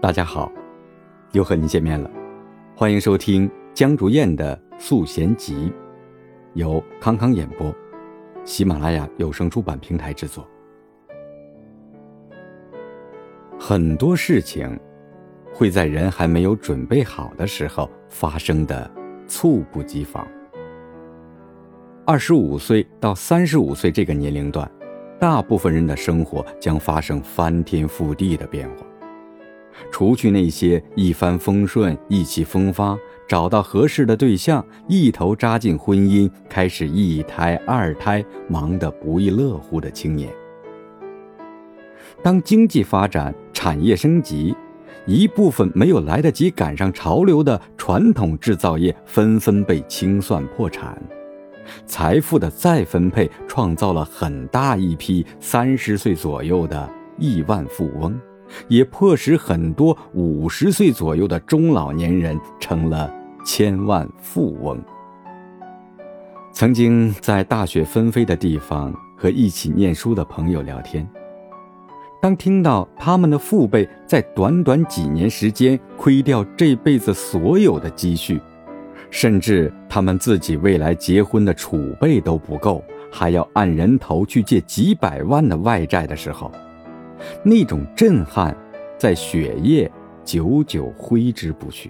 大家好，又和您见面了，欢迎收听江竹燕的素贤集，由康康演播，喜马拉雅有声出版平台制作。很多事情会在人还没有准备好的时候发生的猝不及防。25岁到35岁这个年龄段，大部分人的生活将发生翻天覆地的变化。除去那些一帆风顺、意气风发，找到合适的对象，一头扎进婚姻，开始一胎二胎，忙得不亦乐乎的青年。当经济发展、产业升级，一部分没有来得及赶上潮流的传统制造业纷纷被清算破产，财富的再分配创造了很大一批30岁左右的亿万富翁，也迫使很多50岁左右的中老年人成了千万富翁。曾经在大雪纷飞的地方和一起念书的朋友聊天，当听到他们的父辈在短短几年时间亏掉这辈子所有的积蓄，甚至他们自己未来结婚的储备都不够，还要按人头去借几百万的外债的时候，那种震撼在血液久久挥之不去。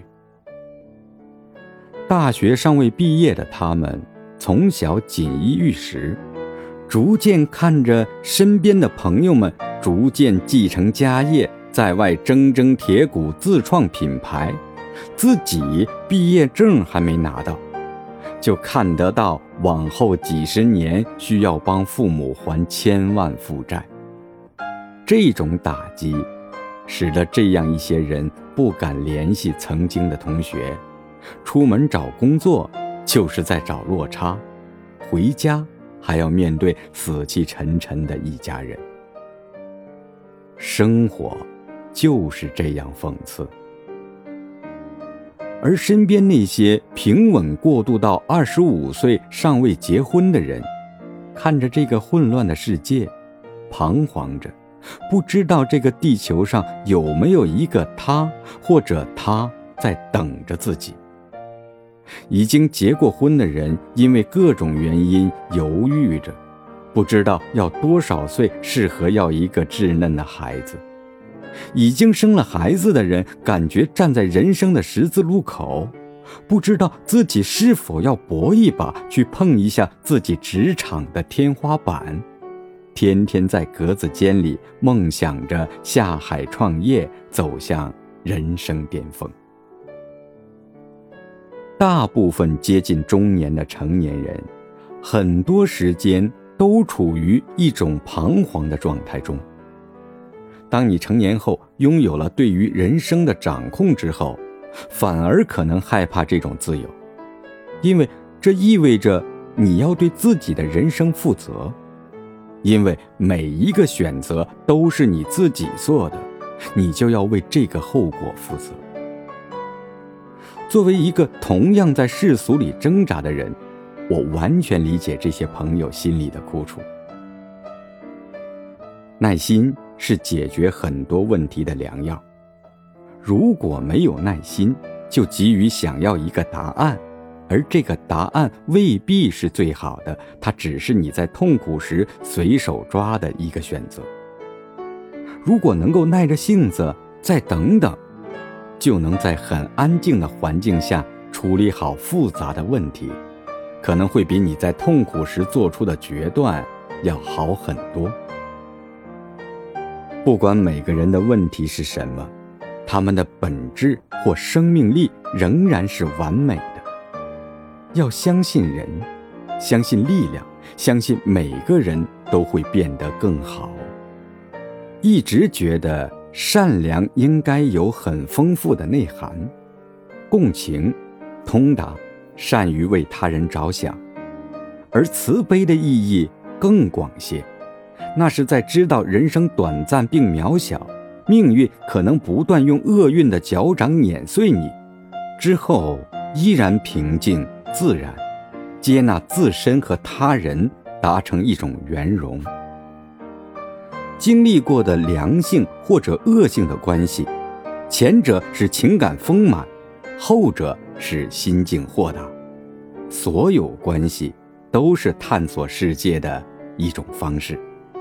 大学尚未毕业的他们，从小锦衣玉食，逐渐看着身边的朋友们逐渐继承家业，在外铮铮铁骨自创品牌，自己毕业证还没拿到，就看得到往后几十年需要帮父母还千万负债。这种打击使得这样一些人不敢联系曾经的同学，出门找工作就是在找落差，回家还要面对死气沉沉的一家人。生活就是这样讽刺。而身边那些平稳过渡到25岁尚未结婚的人，看着这个混乱的世界，彷徨着，不知道这个地球上有没有一个他或者他在等着自己。已经结过婚的人因为各种原因犹豫着，不知道要多少岁适合要一个稚嫩的孩子。已经生了孩子的人感觉站在人生的十字路口，不知道自己是否要搏一把，去碰一下自己职场的天花板，天天在格子间里梦想着下海创业，走向人生巅峰。大部分接近中年的成年人，很多时间都处于一种彷徨的状态中。当你成年后拥有了对于人生的掌控之后，反而可能害怕这种自由，因为这意味着你要对自己的人生负责，因为每一个选择都是你自己做的，你就要为这个后果负责。作为一个同样在世俗里挣扎的人，我完全理解这些朋友心里的苦楚。耐心是解决很多问题的良药，如果没有耐心，就急于想要一个答案，而这个答案未必是最好的，它只是你在痛苦时随手抓的一个选择。如果能够耐着性子再等等，就能在很安静的环境下处理好复杂的问题，可能会比你在痛苦时做出的决断要好很多。不管每个人的问题是什么，他们的本质或生命力仍然是完美的。要相信人，相信力量，相信每个人都会变得更好。一直觉得善良应该有很丰富的内涵，共情、通达、善于为他人着想，而慈悲的意义更广些，那是在知道人生短暂并渺小，命运可能不断用厄运的脚掌碾碎你，之后依然平静自然，接纳自身和他人，达成一种圆融。经历过的良性或者恶性的关系， 前者是情感丰满，后者是心境豁达。所有关系都是探索世界的一种方式。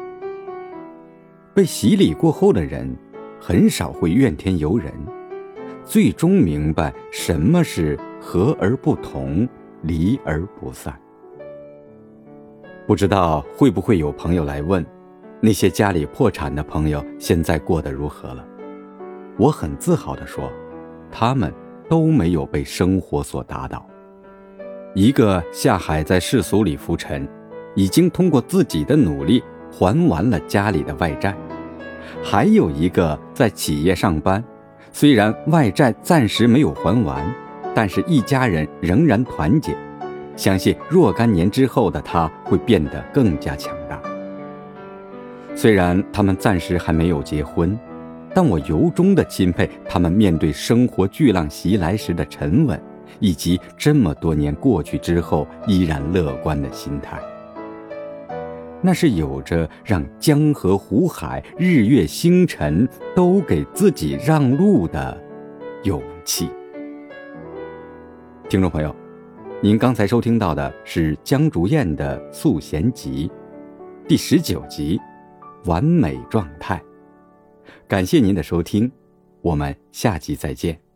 被洗礼过后的人很少会怨天尤人，最终明白什么是和而不同，离而不散。不知道会不会有朋友来问，那些家里破产的朋友现在过得如何了？我很自豪地说，他们都没有被生活所打倒。一个下海在世俗里浮沉，已经通过自己的努力还完了家里的外债。还有一个在企业上班，虽然外债暂时没有还完，但是一家人仍然团结，相信若干年之后的他会变得更加强大。虽然他们暂时还没有结婚，但我由衷地钦佩他们面对生活巨浪袭来时的沉稳，以及这么多年过去之后依然乐观的心态。那是有着让江河湖海、日月星辰都给自己让路的勇气。听众朋友，您刚才收听到的是江竹燕的《素弦集》第19集《完美状态》。感谢您的收听，我们下集再见。